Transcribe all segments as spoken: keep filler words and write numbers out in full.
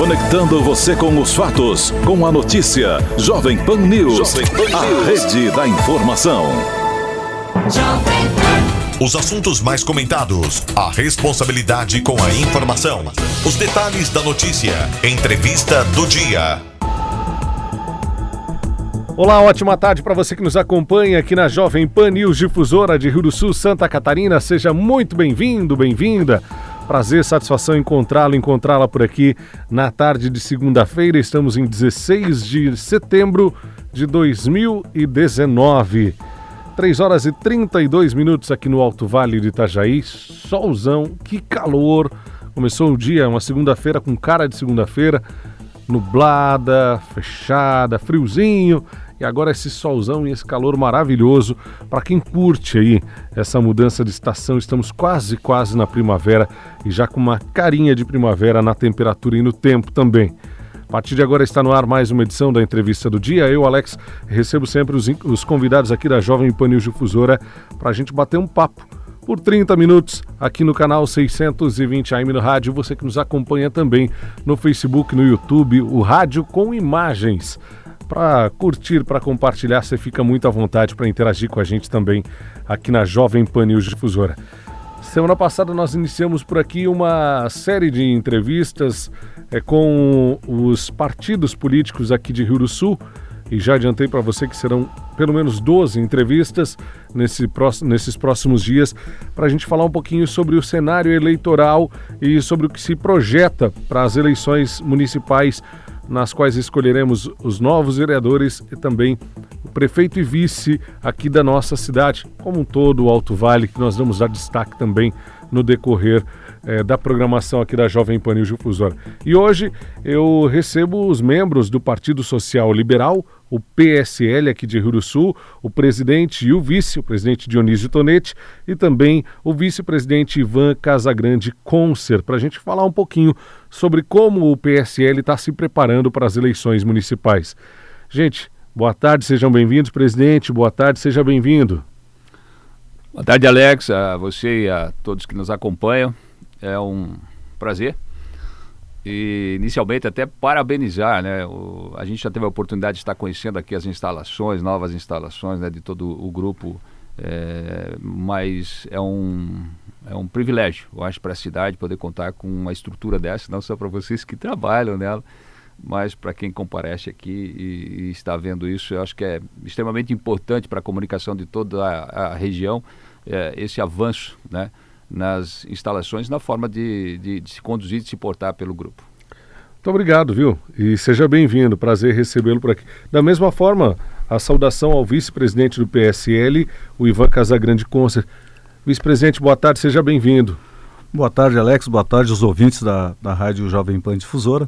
Conectando você com os fatos, com a notícia. Jovem Pan News, Jovem Pan a News. Rede da informação. Os assuntos mais comentados, a responsabilidade com a informação, os detalhes da notícia, entrevista do dia. Olá, ótima tarde para você que nos acompanha aqui na Jovem Pan News Difusora de Rio do Sul, Santa Catarina. Seja muito bem-vindo, bem-vinda. Prazer, satisfação encontrá-lo, encontrá-la por aqui na tarde de segunda-feira. Estamos em dezesseis de setembro de dois mil e dezenove. três horas e trinta e dois minutos aqui no Alto Vale de Itajaí. Solzão, que calor. Começou o dia, uma segunda-feira com cara de segunda-feira, nublada, fechada, friozinho. E agora esse solzão e esse calor maravilhoso para quem curte aí essa mudança de estação. Estamos quase, quase na primavera e já com uma carinha de primavera na temperatura e no tempo também. A partir de agora está no ar mais uma edição da Entrevista do Dia. Eu, Alex, recebo sempre os, os convidados aqui da Jovem Pan News Difusora para a gente bater um papo por trinta minutos aqui no canal seiscentos e vinte A M no rádio. Você que nos acompanha também no Facebook, no YouTube, o rádio com imagens. Para curtir, para compartilhar, você fica muito à vontade para interagir com a gente também aqui na Jovem Pan News Difusora. Semana passada nós iniciamos por aqui uma série de entrevistas é, com os partidos políticos aqui de Rio do Sul e já adiantei para você que serão pelo menos doze entrevistas nesse próximo, nesses próximos dias para a gente falar um pouquinho sobre o cenário eleitoral e sobre o que se projeta para as eleições municipais nas quais escolheremos os novos vereadores e também o prefeito e vice aqui da nossa cidade, como um todo, o Alto Vale, que nós vamos dar destaque também no decorrer eh, da programação aqui da Jovem Pan News Difusora. E hoje eu recebo os membros do Partido Social Liberal, o P S L aqui de Rio do Sul, o presidente e o vice, o presidente Dionísio Tonetti, e também o vice-presidente Ivan Casagrande Concer, para a gente falar um pouquinho sobre como o P S L está se preparando para as eleições municipais. Gente, boa tarde, sejam bem-vindos, presidente, boa tarde, seja bem-vindo. Boa tarde, Alex, a você e a todos que nos acompanham, é um prazer. E inicialmente até parabenizar, né? O, a gente já teve a oportunidade de estar conhecendo aqui as instalações, novas instalações, né, de todo o grupo, é, mas é um, é um privilégio, eu acho, para a cidade poder contar com uma estrutura dessa, não só para vocês que trabalham nela, mas para quem comparece aqui e, e está vendo isso. Eu acho que é extremamente importante para a comunicação de toda a, a região, é, esse avanço, né, nas instalações, na forma de, de, de se conduzir, de se portar pelo grupo. Muito obrigado, viu? E seja bem-vindo, prazer recebê-lo por aqui. Da mesma forma, a saudação ao vice-presidente do P S L, o Ivan Casagrande Concer. Vice-presidente, boa tarde, seja bem-vindo. Boa tarde, Alex, boa tarde aos ouvintes da, da Rádio Jovem Pan Difusora.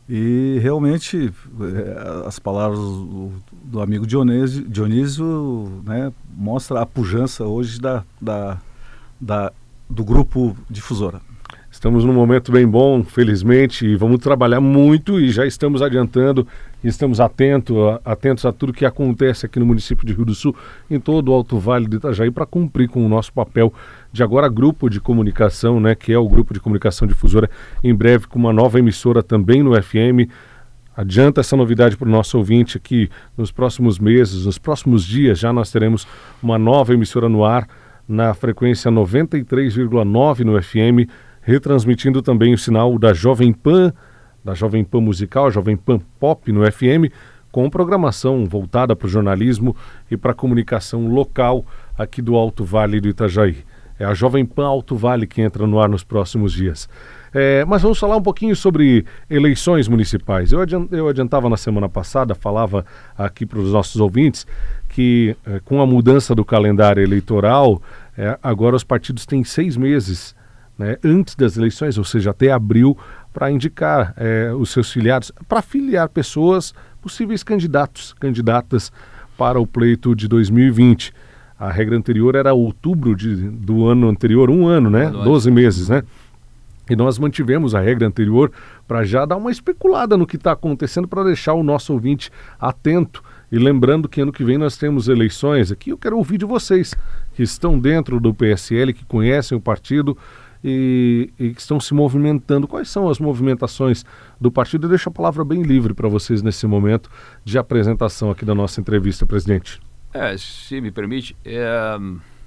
E realmente, as palavras do, do amigo Dionísio, Dionísio, né, mostra a pujança hoje da, da, da do grupo Difusora. Estamos num momento bem bom, felizmente, e vamos trabalhar muito e já estamos adiantando, estamos atento, atentos a tudo que acontece aqui no município de Rio do Sul, em todo o Alto Vale de Itajaí, para cumprir com o nosso papel de agora grupo de comunicação, né, que é o grupo de comunicação Difusora, em breve com uma nova emissora também no F M. Adianta essa novidade para o nosso ouvinte aqui, nos próximos meses, nos próximos dias, já nós teremos uma nova emissora no ar, na frequência noventa e três vírgula nove no F M, retransmitindo também o sinal da Jovem Pan, da Jovem Pan Musical, Jovem Pan Pop no F M, com programação voltada para o jornalismo e para a comunicação local aqui do Alto Vale do Itajaí. É a Jovem Pan Alto Vale que entra no ar nos próximos dias. É, mas vamos falar um pouquinho sobre eleições municipais. Eu, adiant, eu adiantava na semana passada, falava aqui para os nossos ouvintes, que é, com a mudança do calendário eleitoral, é, agora os partidos têm seis meses, né, antes das eleições, ou seja, até abril, para indicar é, os seus filiados, para filiar pessoas, possíveis candidatos, candidatas para o pleito de dois mil e vinte. A regra anterior era outubro de, do ano anterior, um ano, né? doze meses, né? E nós mantivemos a regra anterior para já dar uma especulada no que está acontecendo, para deixar o nosso ouvinte atento. E lembrando que ano que vem nós temos eleições aqui. Eu quero ouvir de vocês que estão dentro do P S L, que conhecem o partido e, e que estão se movimentando. Quais são as movimentações do partido? Eu deixo a palavra bem livre para vocês nesse momento de apresentação aqui da nossa entrevista, presidente. É, se me permite, é,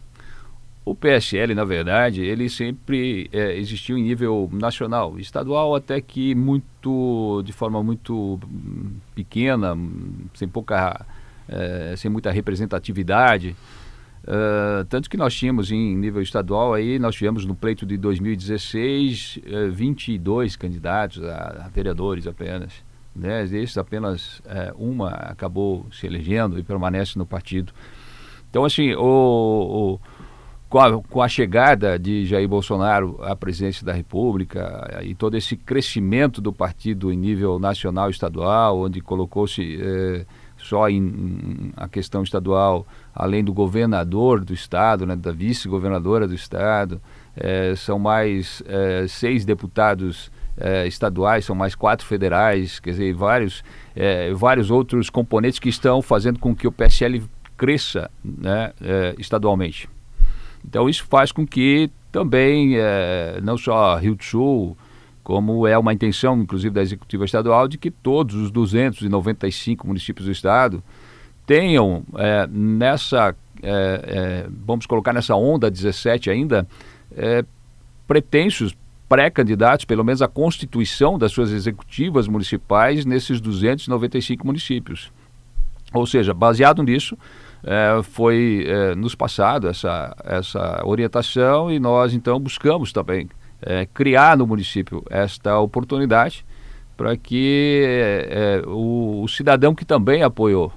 o P S L, na verdade, ele sempre é, existiu em nível nacional, estadual até que muito, de forma muito pequena, sem pouca, é, sem muita representatividade. Uh, tanto que nós tínhamos em nível estadual, aí nós tivemos no pleito de dois mil e dezesseis uh, vinte e dois candidatos a, a vereadores apenas, né? Desses apenas uh, uma acabou se elegendo e permanece no partido. Então assim, o, o, com, a, com a chegada de Jair Bolsonaro à presidência da República e todo esse crescimento do partido em nível nacional e estadual, onde colocou-se uh, só em, em a questão estadual, além do governador do estado, né, da vice-governadora do estado, eh, são mais eh, seis deputados eh, estaduais, são mais quatro federais, quer dizer, vários, eh, vários outros componentes que estão fazendo com que o P S L cresça, né, eh, estadualmente. Então isso faz com que também, eh, não só Rio do Sul, como é uma intenção, inclusive, da Executiva Estadual, de que todos os duzentos e noventa e cinco municípios do estado tenham é, nessa, é, é, vamos colocar nessa onda dezessete ainda, é, pretensos pré-candidatos, pelo menos a constituição das suas executivas municipais nesses duzentos e noventa e cinco municípios. Ou seja, baseado nisso, é, foi é, nos passado essa, essa orientação e nós então buscamos também É, criar no município esta oportunidade para que é, é, o, o cidadão que também apoiou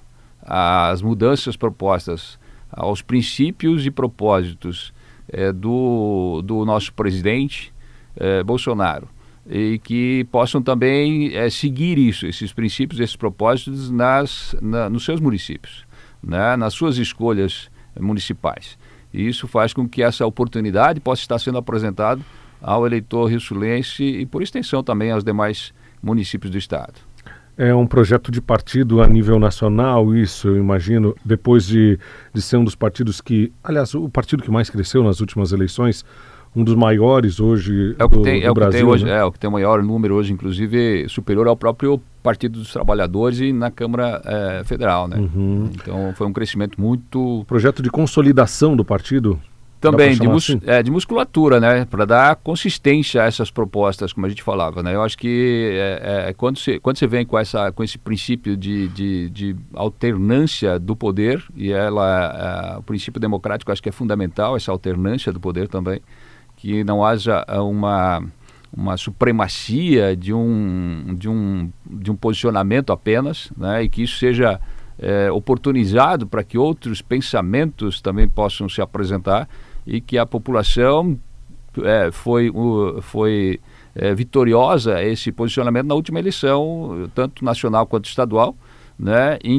as mudanças propostas aos princípios e propósitos é, do, do nosso presidente é, Bolsonaro, e que possam também é, seguir isso, esses princípios, esses propósitos nas, na, nos seus municípios, né, nas suas escolhas municipais. E isso faz com que essa oportunidade possa estar sendo apresentada ao eleitor rio-sulense e, por extensão, também aos demais municípios do estado. É um projeto de partido a nível nacional, isso, eu imagino, depois de, de ser um dos partidos que, aliás, o partido que mais cresceu nas últimas eleições, um dos maiores hoje é o que do, tem, do é o que Brasil. Tem hoje, né? É o que tem o maior número hoje, inclusive superior ao próprio Partido dos Trabalhadores e na Câmara é, Federal, né? Uhum. Então foi um crescimento muito... Projeto de consolidação do partido? Também, de, mus assim? é, de musculatura, né? Para dar consistência a essas propostas, como a gente falava, né? Eu acho que é, é, quando você quando você vem com, essa, com esse princípio de, de, de alternância do poder, e ela, é, o princípio democrático acho que é fundamental, essa alternância do poder também, que não haja uma, uma supremacia de um, de, um, de um posicionamento apenas, né? E que isso seja é, oportunizado para que outros pensamentos também possam se apresentar, e que a população é, foi, uh, foi é, vitoriosa esse posicionamento na última eleição, tanto nacional quanto estadual, né, em,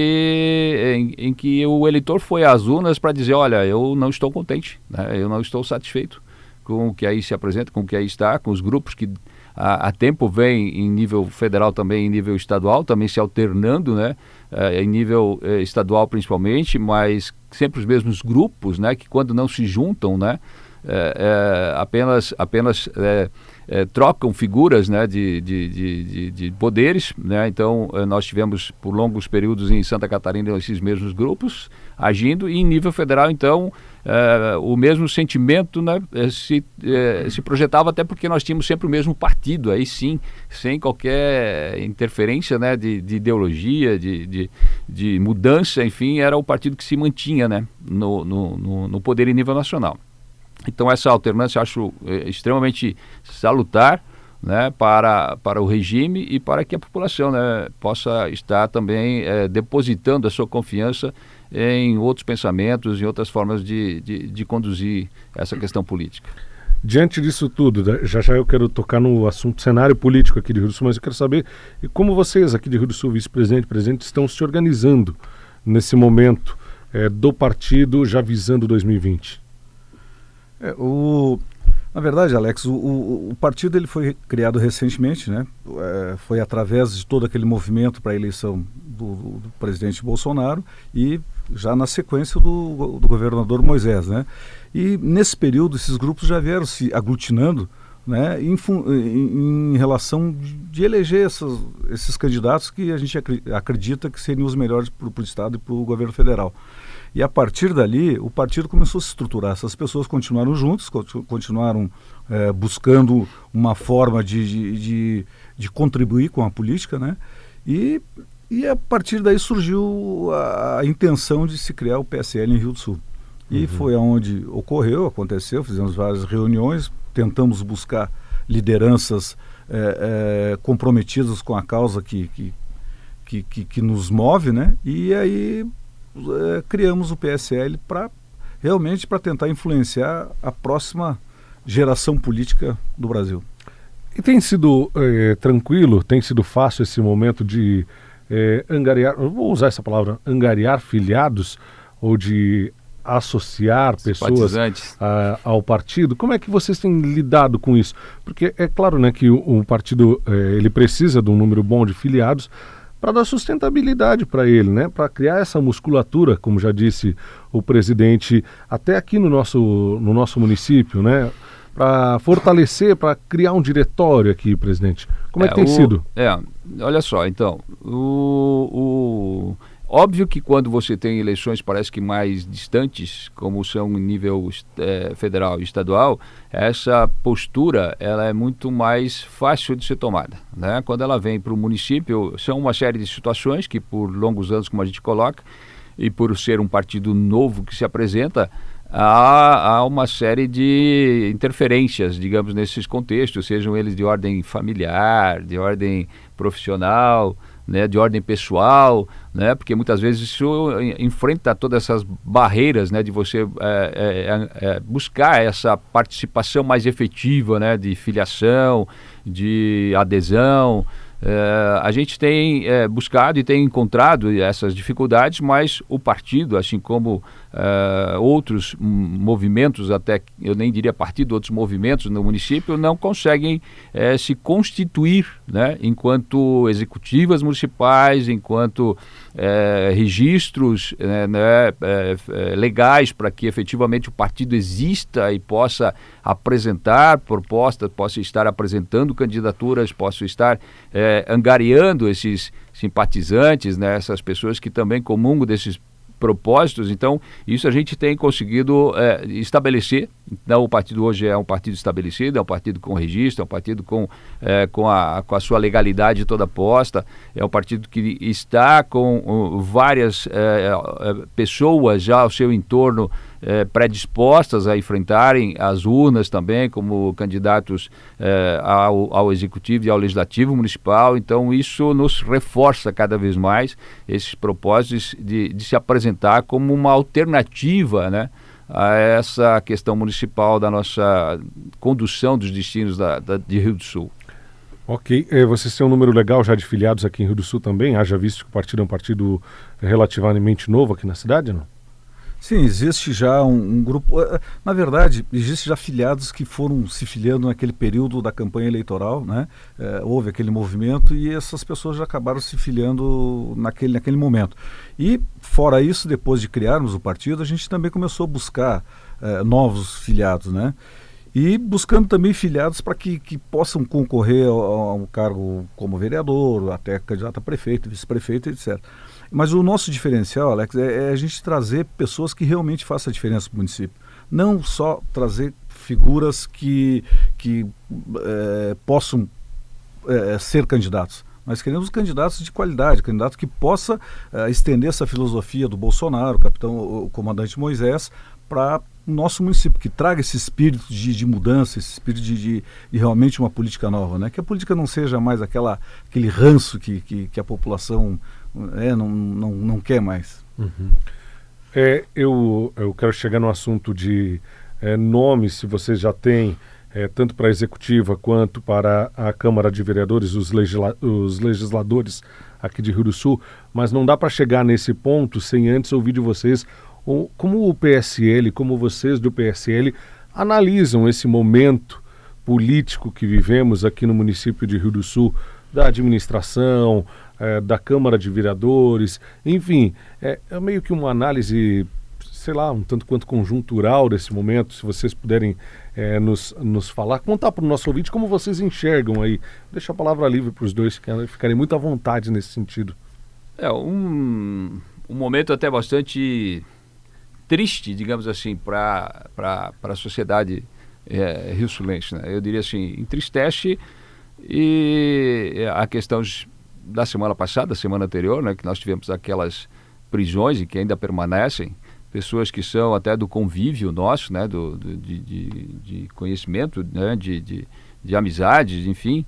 que, em, em que o eleitor foi às urnas para dizer, olha, eu não estou contente, né, eu não estou satisfeito com o que aí se apresenta, com o que aí está, com os grupos que há, há tempo vêm em nível federal também, em nível estadual, também se alternando, né, é, em nível é, estadual principalmente, mas sempre os mesmos grupos, né, que quando não se juntam, né, é, é, apenas, apenas é, é, trocam figuras, né, de, de, de, de poderes, né. Então é, nós tivemos por longos períodos em Santa Catarina esses mesmos grupos agindo, e em nível federal então é, o mesmo sentimento, né, se, é, se projetava, até porque nós tínhamos sempre o mesmo partido, aí sim, sem qualquer interferência, né, de, de ideologia, de, de, de mudança, enfim, era o partido que se mantinha, né, no, no, no, no poder em nível nacional. Então essa alternância eu acho é, extremamente salutar, né, para, para o regime e para que a população, né, possa estar também é, depositando a sua confiança em outros pensamentos, em outras formas de, de, de conduzir essa questão política. Diante disso tudo, já já eu quero tocar no assunto cenário político aqui de Rio do Sul, mas eu quero saber como vocês aqui de Rio do Sul, vice-presidente e presidente, estão se organizando nesse momento é, do partido já visando dois mil e vinte. É, o, na verdade, Alex, o, o, o partido ele foi criado recentemente, né? É, foi através de todo aquele movimento para a eleição do do, do presidente Bolsonaro e já na sequência do, do governador Moisés, né? E nesse período esses grupos já vieram se aglutinando, né, em, em, em relação de, de eleger essas, esses candidatos que a gente acredita que seriam os melhores para o Estado e para o governo federal. E a partir dali, o partido começou a se estruturar. Essas pessoas continuaram juntos, continuaram é, buscando uma forma de, de, de, de contribuir com a política, né? E, e a partir daí surgiu a, a intenção de se criar o P S L em Rio do Sul. E uhum. foi aonde ocorreu, aconteceu, fizemos várias reuniões, tentamos buscar lideranças é, é, comprometidas com a causa que, que, que, que, que nos move, né? E aí é, criamos o P S L para realmente para tentar influenciar a próxima geração política do Brasil. E tem sido é, tranquilo, tem sido fácil esse momento de é, angariar, eu vou usar essa palavra, angariar filiados ou de associar pessoas a, ao partido? Como é que vocês têm lidado com isso? Porque é claro, né, que o, o partido é, ele precisa de um número bom de filiados para dar sustentabilidade para ele, né, para criar essa musculatura, como já disse o presidente, até aqui no nosso, no nosso município, né, para fortalecer, para criar um diretório aqui, presidente. Como é, é que tem o, sido? É, olha só, então, o... o... Óbvio que quando você tem eleições parece que mais distantes, como são em nível é, federal e estadual, essa postura ela é muito mais fácil de ser tomada, né? Quando ela vem para o município, são uma série de situações que por longos anos, como a gente coloca, e por ser um partido novo que se apresenta, há, há uma série de interferências, digamos, nesses contextos, sejam eles de ordem familiar, de ordem profissional, né, de ordem pessoal, né, porque muitas vezes isso enfrenta todas essas barreiras, né, de você é, é, é, buscar essa participação mais efetiva, né, de filiação, de adesão. É, a gente tem é, buscado e tem encontrado essas dificuldades, mas o partido, assim como é, outros movimentos, até eu nem diria partido, outros movimentos no município, não conseguem é, se constituir, né, enquanto executivas municipais, enquanto é, registros é, né, é, é, legais para que efetivamente o partido exista e possa apresentar propostas, possa estar apresentando candidaturas, possa estar é, angariando esses simpatizantes, né, essas pessoas que também comungam desses propósitos. Então, isso a gente tem conseguido é, estabelecer. Então, o partido hoje é um partido estabelecido, é um partido com registro, é um partido com, é, com, a, com a sua legalidade toda posta, é um partido que está com uh, várias é, é, pessoas já ao seu entorno é, predispostas a enfrentarem as urnas também, como candidatos é, ao, ao Executivo e ao Legislativo Municipal. Então, isso nos reforça cada vez mais esses propósitos de, de se apresentar como uma alternativa, né, a essa questão municipal da nossa condução dos destinos da, da, de Rio do Sul. Ok, eh, vocês têm um número legal já de filiados aqui em Rio do Sul também, haja visto que o partido é um partido relativamente novo aqui na cidade, não? Sim, existe já um, um grupo, na verdade, existe já filiados que foram se filiando naquele período da campanha eleitoral, né? É, houve aquele movimento e essas pessoas já acabaram se filiando naquele, naquele momento. E, fora isso, depois de criarmos o partido, a gente também começou a buscar é, novos filiados, né? E buscando também filiados para que, que possam concorrer a, a um cargo como vereador, até candidato a prefeito, vice-prefeito, etcétera. Mas o nosso diferencial, Alex, é, é a gente trazer pessoas que realmente façam a diferença para o município. Não só trazer figuras que, que é, possam é, ser candidatos, mas queremos candidatos de qualidade, candidatos que possam é, estender essa filosofia do Bolsonaro, o capitão, o comandante Moisés, para o nosso município, que traga esse espírito de, de mudança, esse espírito de, de, de realmente uma política nova, né? Que a política não seja mais aquela, aquele ranço que, que, que a população é, não, não, não quer mais. Uhum. É, eu, eu quero chegar no assunto de é, nomes, se vocês já têm, é, tanto para a executiva quanto para a Câmara de Vereadores, os, legisla, os legisladores aqui de Rio do Sul, mas não dá para chegar nesse ponto sem antes ouvir de vocês o, como o P S L, como vocês do P S L analisam esse momento político que vivemos aqui no município de Rio do Sul, da administração, é, da Câmara de Vereadores, enfim, é, é meio que uma análise, sei lá, um tanto quanto conjuntural desse momento, se vocês puderem é, nos, nos falar, contar para o nosso ouvinte como vocês enxergam aí. Deixa a palavra livre para os dois, que ficarem muito à vontade nesse sentido. É um, um momento até bastante triste, digamos assim, para a sociedade é, rio-sulense, né? Eu diria assim, entristece, e a questão da semana passada, da semana anterior, né, que nós tivemos aquelas prisões e que ainda permanecem, pessoas que são até do convívio nosso, né, do, do, de, de, de conhecimento, né, de, de, de amizades, enfim.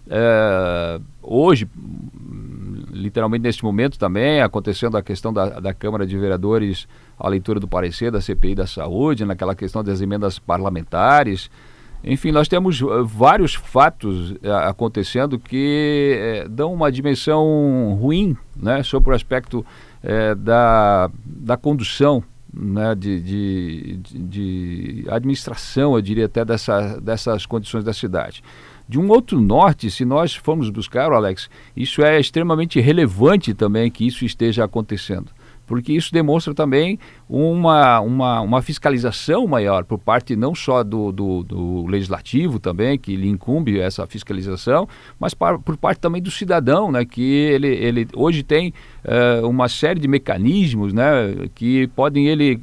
É, hoje, literalmente neste momento também, acontecendo a questão da, da Câmara de Vereadores, a leitura do parecer da C P I da Saúde, naquela questão das emendas parlamentares. Enfim, nós temos uh, vários fatos uh, acontecendo que uh, dão uma dimensão ruim, né, sobre o aspecto uh, da, da condução, né, de, de, de administração, eu diria até, dessa, dessas condições da cidade. De um outro norte, se nós formos buscar, Alex, isso é extremamente relevante também que isso esteja acontecendo, porque isso demonstra também uma, uma, uma fiscalização maior por parte não só do, do, do legislativo também, que lhe incumbe essa fiscalização, mas par, por parte também do cidadão, né, que ele, ele hoje tem uh, uma série de mecanismos, né, que podem ele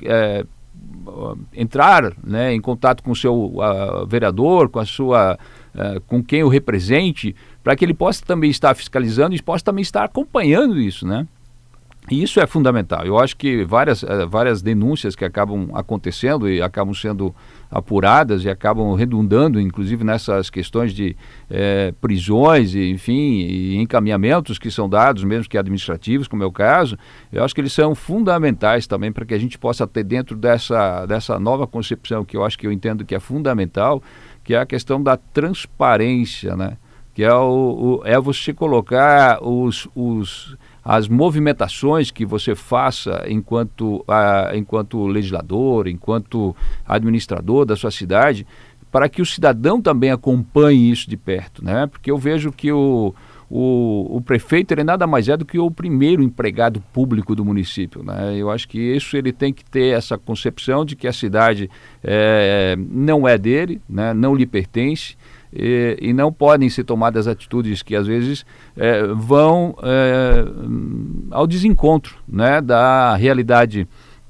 uh, entrar, né, em contato com o seu uh, vereador, com a sua... Uh, com quem o represente, para que ele possa também estar fiscalizando e possa também estar acompanhando isso, né? E isso é fundamental. Eu acho que várias, uh, várias denúncias que acabam acontecendo e acabam sendo apuradas e acabam redundando, inclusive, nessas questões de eh, prisões, e, enfim, e encaminhamentos que são dados, mesmo que administrativos, como é o caso, eu acho que eles são fundamentais também para que a gente possa ter dentro dessa, dessa nova concepção, que eu acho que eu entendo que é fundamental, que é a questão da transparência, né? Que é, o, o, é você colocar os, os, as movimentações que você faça enquanto, a, enquanto legislador, enquanto administrador da sua cidade, para que o cidadão também acompanhe isso de perto, né? Porque eu vejo que o, o, o prefeito ele nada mais é do que o primeiro empregado público do município, né? Eu acho que isso ele tem que ter essa concepção de que a cidade é, não é dele, né? Não lhe pertence, e, e não podem ser tomadas atitudes que às vezes é, vão é, ao desencontro, né, da realidade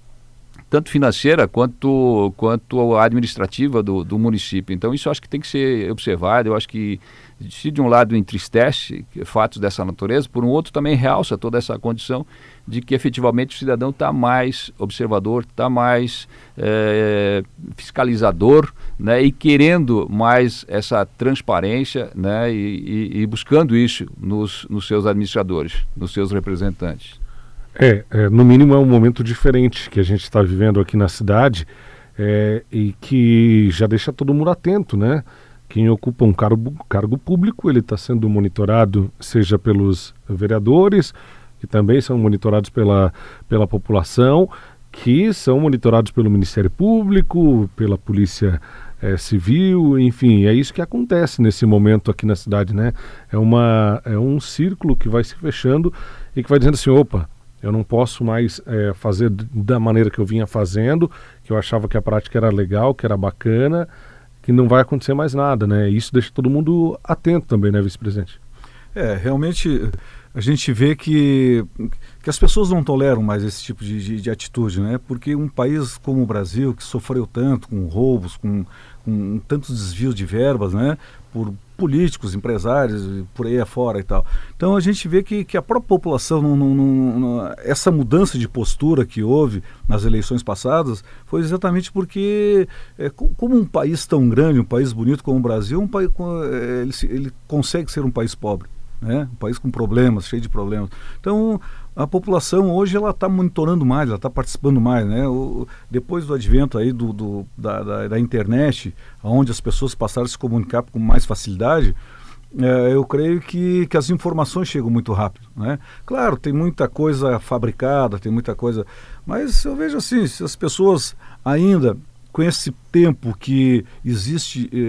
tanto financeira quanto, quanto administrativa do, do município. Então isso eu acho que tem que ser observado. Eu acho que se de um lado entristece fatos dessa natureza, por um outro também realça toda essa condição de que efetivamente o cidadão está mais observador, está mais é, fiscalizador, né, e querendo mais essa transparência, né, e, e, e buscando isso nos, nos seus administradores, nos seus representantes. É, é, no mínimo é um momento diferente que a gente está vivendo aqui na cidade, é, e que já deixa todo mundo atento, né? Quem ocupa um cargo, cargo público, ele está sendo monitorado, seja pelos vereadores, que também são monitorados pela, pela população, que são monitorados pelo Ministério Público, pela Polícia é, Civil, enfim, é isso que acontece nesse momento aqui na cidade, né? É, uma, é um círculo que vai se fechando e que vai dizendo assim, opa, eu não posso mais é, fazer da maneira que eu vinha fazendo, que eu achava que a prática era legal, que era bacana, que não vai acontecer mais nada, né? Isso deixa todo mundo atento também, né, vice-presidente? É, realmente a gente vê que, que as pessoas não toleram mais esse tipo de, de, de atitude, né? Porque um país como o Brasil, que sofreu tanto com roubos, com, com tantos desvios de verbas, né? Por políticos, empresários, por aí afora e tal. Então a gente vê que, que a própria população, não, não, não, essa mudança de postura que houve nas eleições passadas foi exatamente porque, é, como um país tão grande, um país bonito como o Brasil, um país, é, ele, ele consegue ser um país pobre, né? Um país com problemas, cheio de problemas. Então a população hoje ela está monitorando mais, ela está participando mais, né? O, depois do advento aí do, do, da, da, da internet, onde as pessoas passaram a se comunicar com mais facilidade, é, eu creio que, que as informações chegam muito rápido, né? Claro, tem muita coisa fabricada, tem muita coisa, mas eu vejo assim, se as pessoas ainda, com esse tempo que existe eh,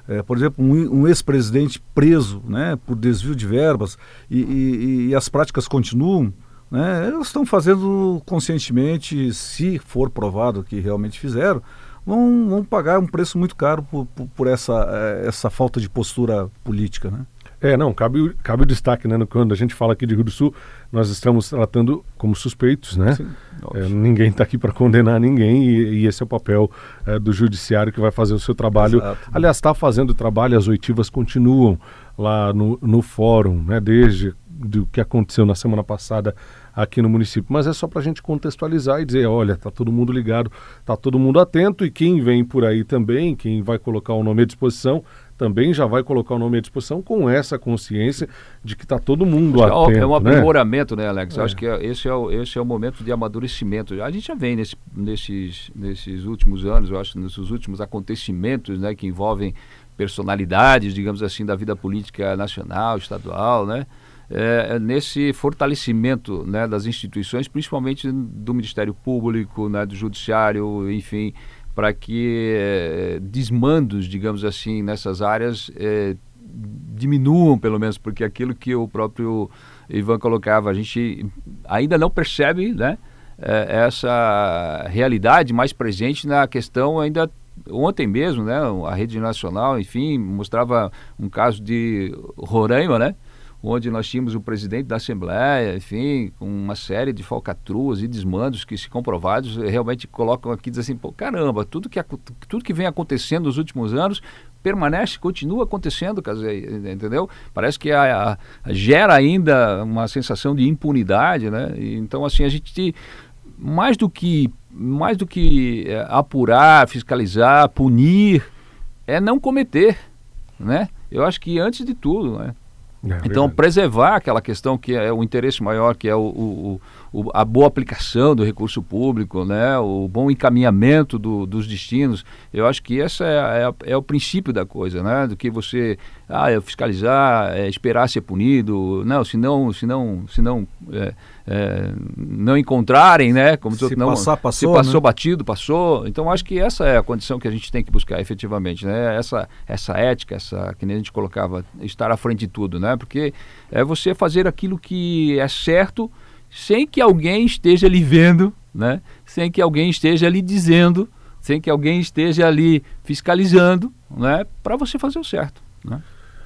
é, por exemplo, um, um ex-presidente preso, né, por desvio de verbas, e, e, e as práticas continuam, né, eles estão fazendo conscientemente, se for provado que realmente fizeram, vão, vão pagar um preço muito caro por, por, por essa, essa falta de postura política, né? É, não, cabe, cabe o destaque, né? Quando a gente fala aqui de Rio do Sul, nós estamos tratando como suspeitos, né? Sim, é, ninguém está aqui para condenar ninguém e, e esse é o papel é, do judiciário que vai fazer o seu trabalho. Exato. Aliás, está fazendo o trabalho, as oitivas continuam lá no, no fórum, né? Desde o que aconteceu na semana passada aqui no município. Mas é só para a gente contextualizar e dizer, olha, está todo mundo ligado, está todo mundo atento e quem vem por aí também, quem vai colocar o nome à disposição, também já vai colocar o nome à disposição com essa consciência de que está todo mundo acho atento. É um né? aprimoramento, né, Alex? É. Acho que é, esse, é o, esse é o momento de amadurecimento. A gente já vem nesse, nesses, nesses últimos anos, eu acho, nesses últimos acontecimentos, né, que envolvem personalidades, digamos assim, da vida política nacional, estadual, né? É, nesse fortalecimento, né, das instituições, principalmente do Ministério Público, né, do Judiciário, enfim, para que é, desmandos, digamos assim, nessas áreas é, diminuam, pelo menos, porque aquilo que o próprio Ivan colocava, a gente ainda não percebe, né, é, essa realidade mais presente na questão ainda. Ontem mesmo, né, a Rede Nacional, enfim, mostrava um caso de Roraima, né, onde nós tínhamos o presidente da Assembleia, enfim, com uma série de falcatruas e desmandos que, se comprovados, realmente colocam aqui, dizem assim, pô, caramba, tudo que, tudo que vem acontecendo nos últimos anos permanece, continua acontecendo, entendeu? Parece que a, a, gera ainda uma sensação de impunidade, né? E, então, assim, a gente, mais do que, mais do que é, apurar, fiscalizar, punir, é não cometer, né? Eu acho que antes de tudo, né? É, então, verdade. Preservar aquela questão que é o interesse maior, que é o, o, o, a boa aplicação do recurso público, né? O bom encaminhamento do, dos destinos, eu acho que esse é, é, é o princípio da coisa, né? Do que você ah, é fiscalizar, é esperar ser punido, não, se não, se não, se não, é, é, não encontrarem, né? Como se não, passar, passou, se passou, né? Batido, passou. Então, acho que essa é a condição que a gente tem que buscar efetivamente, né? Essa, essa ética, essa, que nem a gente colocava, estar à frente de tudo, né? Porque é você fazer aquilo que é certo sem que alguém esteja lhe vendo, né? Sem que alguém esteja lhe dizendo, sem que alguém esteja ali fiscalizando, né? Para você fazer o certo, né?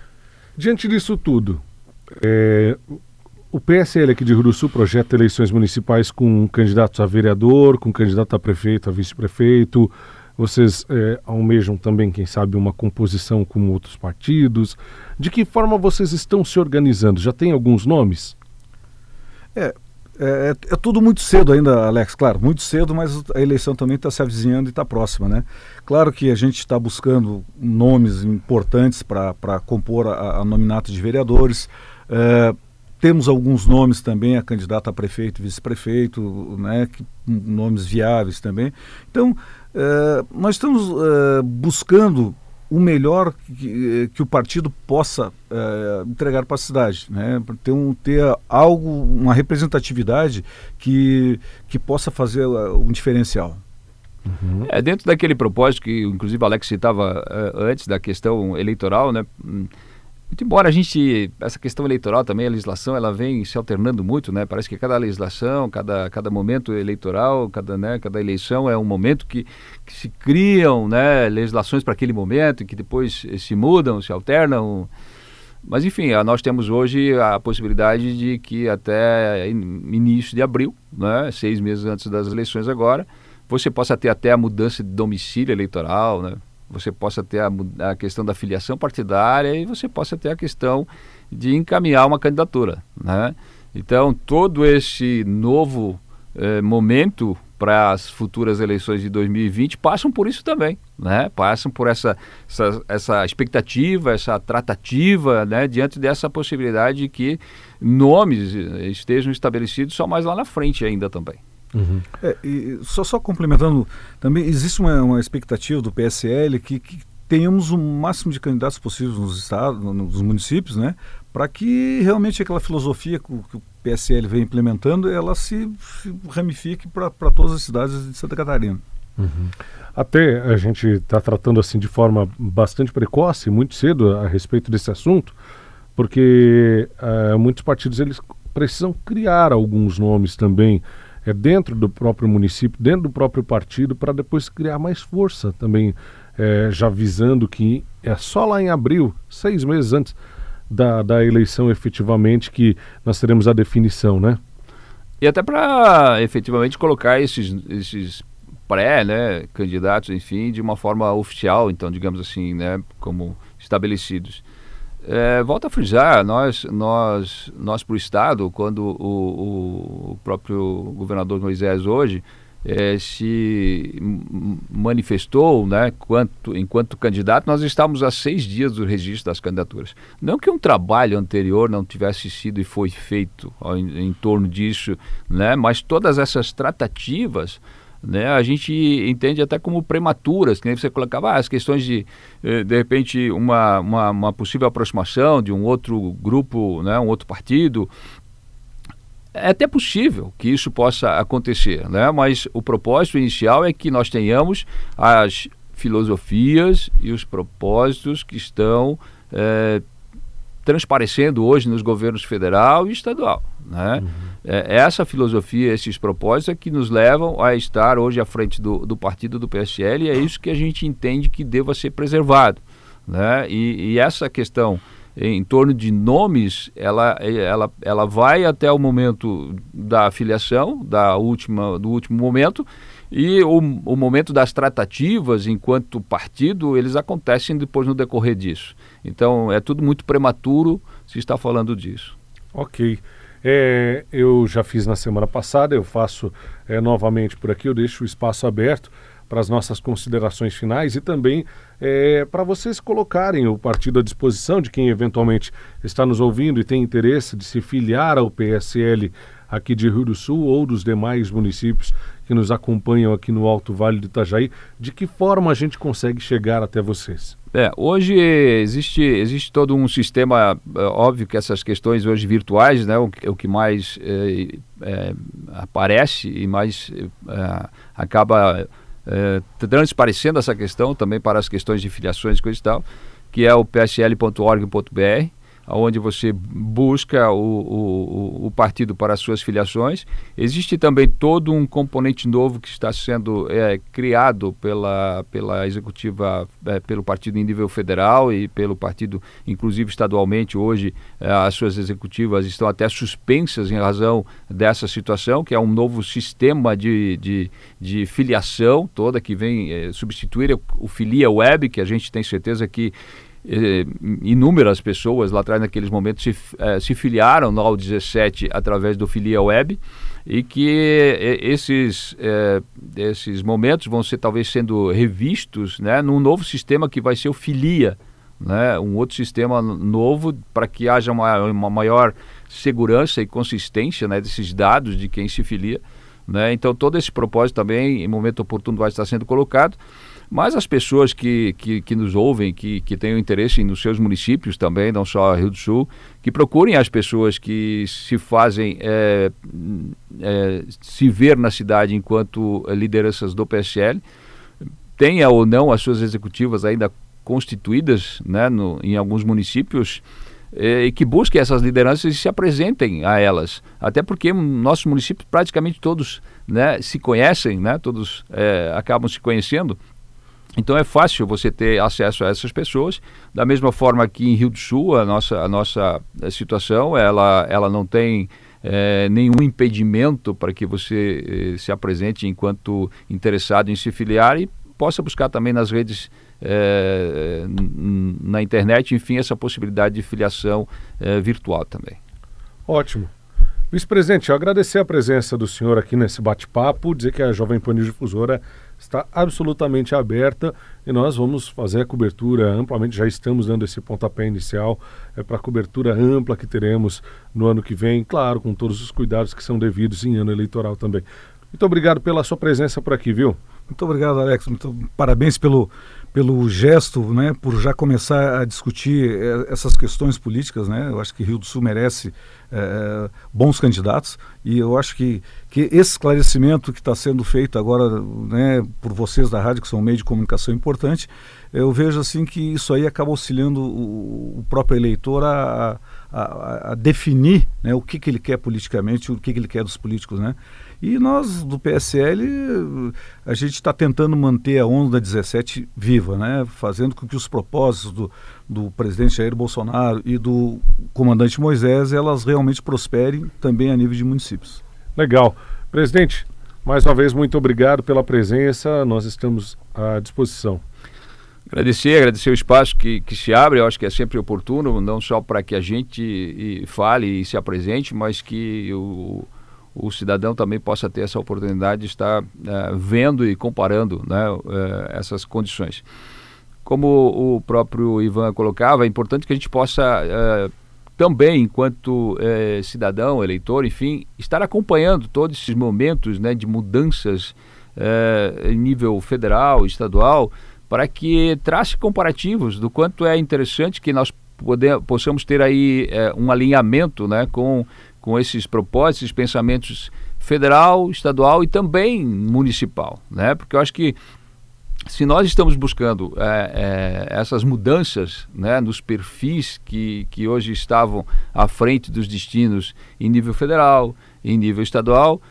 Diante disso tudo, é, o P S L aqui de Rio do Sul projeta eleições municipais com candidatos a vereador, com candidato a prefeito, a vice-prefeito. Vocês é, almejam também, quem sabe, uma composição com outros partidos. De que forma vocês estão se organizando? Já tem alguns nomes? É, é, é tudo muito cedo ainda, Alex, claro, muito cedo, mas a eleição também está se avizinhando e está próxima, né? Claro que a gente está buscando nomes importantes para compor a, a nominato de vereadores. É, temos alguns nomes também, a candidata a prefeito e vice-prefeito, né, que, nomes viáveis também. Então, é, nós estamos é, buscando o melhor que, que o partido possa é, entregar para a cidade, né? Ter, um, ter algo, uma representatividade que, que possa fazer um diferencial. Uhum. É, dentro daquele propósito que inclusive o Alex citava uh, antes da questão eleitoral, né? Muito embora a gente, essa questão eleitoral também, a legislação, ela vem se alternando muito, né? Parece que cada legislação, cada, cada momento eleitoral, cada, né, cada eleição é um momento que, que se criam, né, legislações para aquele momento, que depois se mudam, se alternam. Mas enfim, nós temos hoje a possibilidade de que até início de abril, né, seis meses antes das eleições agora, você possa ter até a mudança de domicílio eleitoral, né? Você possa ter a, a questão da filiação partidária e você possa ter a questão de encaminhar uma candidatura, né? Então, todo esse novo eh, momento para as futuras eleições de dois mil e vinte passam por isso também, né? Passam por essa, essa, essa expectativa, essa tratativa, né? Diante dessa possibilidade de que nomes estejam estabelecidos só mais lá na frente ainda também. Uhum. É, e só, só complementando, também existe uma, uma expectativa do P S L que, que tenhamos o máximo de candidatos possíveis nos estados, nos municípios, né, para que realmente aquela filosofia que o, que o P S L vem implementando, ela se, se ramifique para todas as cidades de Santa Catarina. Uhum. Até a gente está tratando assim de forma bastante precoce, muito cedo, a respeito desse assunto, porque uh, muitos partidos eles precisam criar alguns nomes também é, dentro do próprio município, dentro do próprio partido, para depois criar mais força também, é, já visando que é só lá em abril, seis meses antes da, da eleição efetivamente, que nós teremos a definição, né? E até para efetivamente colocar esses, esses pré, né, candidatos, enfim, de uma forma oficial, então, digamos assim, né, como estabelecidos. É, volto a frisar, nós, nós, nós para o Estado, quando o, o, o próprio governador Moisés hoje é, se manifestou, né, quanto, enquanto candidato, nós estávamos a seis dias do registro das candidaturas. Não que um trabalho anterior não tivesse sido e foi feito ó, em, em torno disso, né, mas todas essas tratativas, né, a gente entende até como prematuras, que nem você colocava ah, as questões de, de repente, uma, uma, uma possível aproximação de um outro grupo, né, um outro partido. É até possível que isso possa acontecer, né? Mas o propósito inicial é que nós tenhamos as filosofias e os propósitos que estão é, transparecendo hoje nos governos federal e estadual, né? Uhum. É, essa filosofia, esses propósitos é que nos levam a estar hoje à frente do, do partido do P S L, e é isso que a gente entende que deva ser preservado, né? E, e essa questão em torno de nomes, ela, ela, ela vai até o momento da filiação, da última, do último momento, e o, o momento das tratativas enquanto partido, eles acontecem depois no decorrer disso. Então, é tudo muito prematuro se está falando disso. Ok. É, eu já fiz na semana passada, eu faço é, novamente por aqui, eu deixo o espaço aberto para as nossas considerações finais e também é, para vocês colocarem o partido à disposição de quem eventualmente está nos ouvindo e tem interesse de se filiar ao P S L aqui de Rio do Sul ou dos demais municípios que nos acompanham aqui no Alto Vale do Itajaí. De que forma a gente consegue chegar até vocês? É, hoje existe, existe todo um sistema, é, óbvio que essas questões hoje virtuais, né, o, o que mais é, é, aparece e mais é, acaba é, transparecendo essa questão também para as questões de filiações e coisa e tal, que é o p s l ponto org ponto b r, onde você busca o, o, o partido para as suas filiações. Existe também todo um componente novo que está sendo é, criado pela, pela executiva, é, pelo partido em nível federal e pelo partido, inclusive estadualmente. Hoje, é, as suas executivas estão até suspensas em razão dessa situação, que é um novo sistema de, de, de filiação toda que vem é, substituir o, o Filia Web, que a gente tem certeza que Eh, inúmeras pessoas lá atrás naqueles momentos se, eh, se filiaram no A U dezessete através do Filia Web, e que eh, esses, eh, esses momentos vão ser talvez sendo revistos, né, num novo sistema que vai ser o Filia, né, um outro sistema novo para que haja uma, uma maior segurança e consistência, né, desses dados de quem se filia, né? Então todo esse propósito também em momento oportuno vai estar sendo colocado. Mas as pessoas que, que, que nos ouvem, que, que tenham interesse nos seus municípios também, não só Rio do Sul, que procurem as pessoas que se fazem é, é, se ver na cidade enquanto lideranças do P S L, tenha ou não as suas executivas ainda constituídas, né, no, em alguns municípios, é, e que busquem essas lideranças e se apresentem a elas. Até porque nossos municípios praticamente todos, né, se conhecem, né, todos é, acabam se conhecendo. Então é fácil você ter acesso a essas pessoas. Da mesma forma que em Rio do Sul, a nossa, a nossa situação, ela, ela não tem é, nenhum impedimento para que você eh, se apresente enquanto interessado em se filiar e possa buscar também nas redes, é, na internet, enfim, essa possibilidade de filiação é, virtual também. Ótimo. Vice-presidente, eu agradecer a presença do senhor aqui nesse bate-papo, dizer que a Jovem Pan News Difusora está absolutamente aberta e nós vamos fazer a cobertura amplamente, já estamos dando esse pontapé inicial é, para a cobertura ampla que teremos no ano que vem, claro, com todos os cuidados que são devidos em ano eleitoral também. Muito obrigado pela sua presença por aqui, viu? Muito obrigado, Alex. Muito, parabéns pelo, pelo gesto, né, por já começar a discutir essas questões políticas, né? Eu acho que Rio do Sul merece é, bons candidatos, e eu acho que, que esse esclarecimento que está sendo feito agora, né, por vocês da rádio, que são um meio de comunicação importante, eu vejo assim que isso aí acaba auxiliando o, o próprio eleitor a, a, a definir, né, o que, que ele quer politicamente, o que, que ele quer dos políticos, né? E nós, do P S L, a gente está tentando manter a onda dezessete viva, né? Fazendo com que os propósitos do, do presidente Jair Bolsonaro e do comandante Moisés, elas realmente prosperem também a nível de municípios. Legal. Presidente, mais uma vez, muito obrigado pela presença, nós estamos à disposição. Agradecer, agradecer o espaço que, que se abre, eu acho que é sempre oportuno, não só para que a gente e, fale e se apresente, mas que o... o cidadão também possa ter essa oportunidade de estar uh, vendo e comparando, né, uh, essas condições. Como o próprio Ivan colocava, é importante que a gente possa uh, também, enquanto uh, cidadão, eleitor, enfim, estar acompanhando todos esses momentos, né, de mudanças uh, em nível federal, estadual, para que trace comparativos do quanto é interessante que nós poder, possamos ter aí uh, um alinhamento, né, com com esses propósitos, esses pensamentos federal, estadual e também municipal, né? Porque eu acho que se nós estamos buscando é, é, essas mudanças, né, nos perfis que, que hoje estavam à frente dos destinos em nível federal, em nível estadual,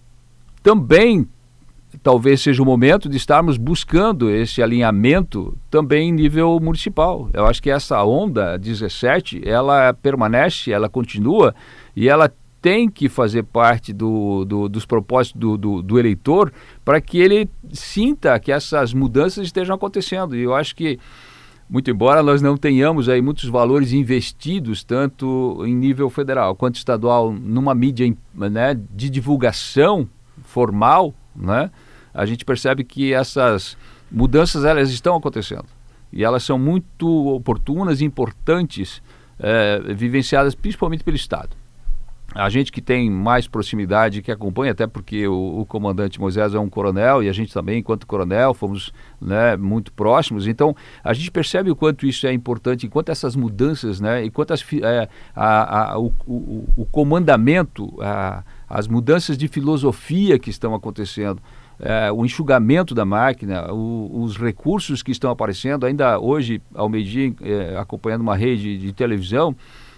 também talvez seja o momento de estarmos buscando esse alinhamento também em nível municipal. Eu acho que essa onda dezessete, ela permanece, ela continua, e ela tem que fazer parte do, do, dos propósitos do, do, do eleitor para que ele sinta que essas mudanças estejam acontecendo. E eu acho que, muito embora nós não tenhamos aí muitos valores investidos, tanto em nível federal quanto estadual, numa mídia, né, de divulgação formal, né, a gente percebe que essas mudanças, elas estão acontecendo. E elas são muito oportunas e importantes, é, vivenciadas principalmente pelo Estado. A gente que tem mais proximidade, que acompanha, até porque o, o comandante Moisés é um coronel e a gente também, enquanto coronel, fomos, né, muito próximos. Então, a gente percebe o quanto isso é importante, enquanto essas mudanças, né, enquanto as, é, a, a, o, o, o comandamento, a, as mudanças de filosofia que estão acontecendo, é, o enxugamento da máquina, o, os recursos que estão aparecendo. Ainda hoje, ao meio-dia, é, acompanhando uma rede de televisão,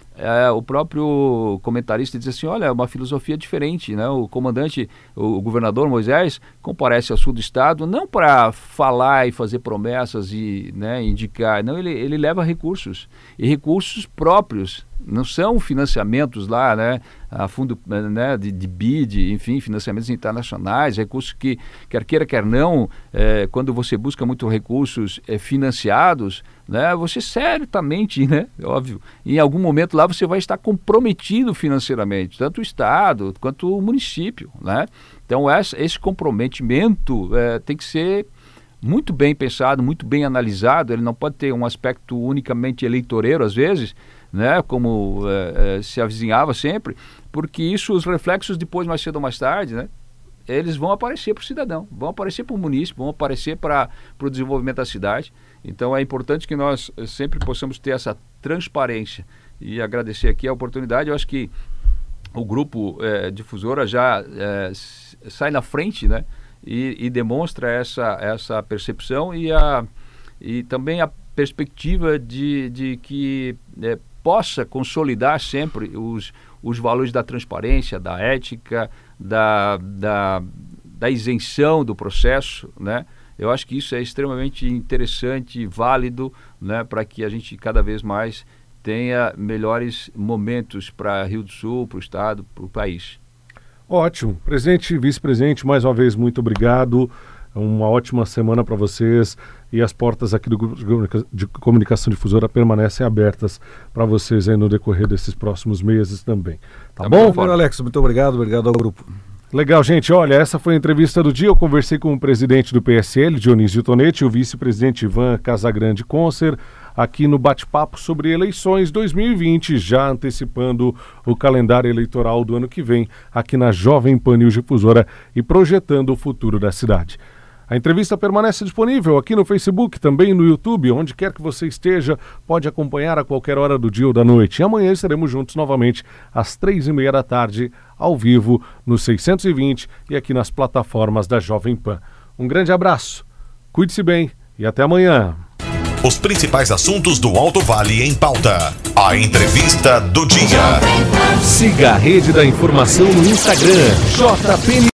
É, o próprio comentarista diz assim, olha, é uma filosofia diferente, né? O comandante, o, o governador Moisés comparece ao sul do estado não para falar e fazer promessas e, né, indicar, não, ele, ele leva recursos, e recursos próprios, não são financiamentos lá, né, a fundo, né, de, de B I D, enfim, financiamentos internacionais, recursos que, quer queira, quer não, é, quando você busca muito recursos é, financiados, né, você certamente, né, óbvio, em algum momento lá você vai estar comprometido financeiramente, tanto o Estado quanto o município, né? Então essa, esse comprometimento é, tem que ser muito bem pensado, muito bem analisado. Ele não pode ter um aspecto unicamente eleitoreiro às vezes, né, como é, é, se avizinhava sempre, porque isso, os reflexos depois, mais cedo ou mais tarde, né, eles vão aparecer para o cidadão, vão aparecer para o município, vão aparecer para o desenvolvimento da cidade. Então é importante que nós sempre possamos ter essa transparência, e agradecer aqui a oportunidade. Eu acho que o grupo é, Difusora já é, sai na frente, né, e, e demonstra essa, essa percepção e, a, e também a perspectiva de, de que é, possa consolidar sempre os, os valores da transparência, da ética, da, da, da isenção do processo, né? Eu acho que isso é extremamente interessante e válido, né, para que a gente cada vez mais tenha melhores momentos para Rio do Sul, para o Estado, para o país. Ótimo. Presidente e vice-presidente, mais uma vez, muito obrigado. Uma ótima semana para vocês, e as portas aqui do Grupo de Comunicação Difusora permanecem abertas para vocês aí no decorrer desses próximos meses também. Tá, tá bom? bom Alex, muito obrigado, obrigado ao grupo. Legal, gente. Olha, essa foi a entrevista do dia. Eu conversei com o presidente do P S L, Dionísio Tonetti, e o vice-presidente Ivan Casagrande Concer, aqui no bate-papo sobre eleições dois mil e vinte, já antecipando o calendário eleitoral do ano que vem, aqui na Jovem Pan News Difusora, e projetando o futuro da cidade. A entrevista permanece disponível aqui no Facebook, também no YouTube, onde quer que você esteja, pode acompanhar a qualquer hora do dia ou da noite. E amanhã estaremos juntos novamente às três e meia da tarde, ao vivo, no seiscentos e vinte e aqui nas plataformas da Jovem Pan. Um grande abraço, cuide-se bem e até amanhã. Os principais assuntos do Alto Vale em pauta. A entrevista do dia. Siga a Rede da Informação no Instagram, J P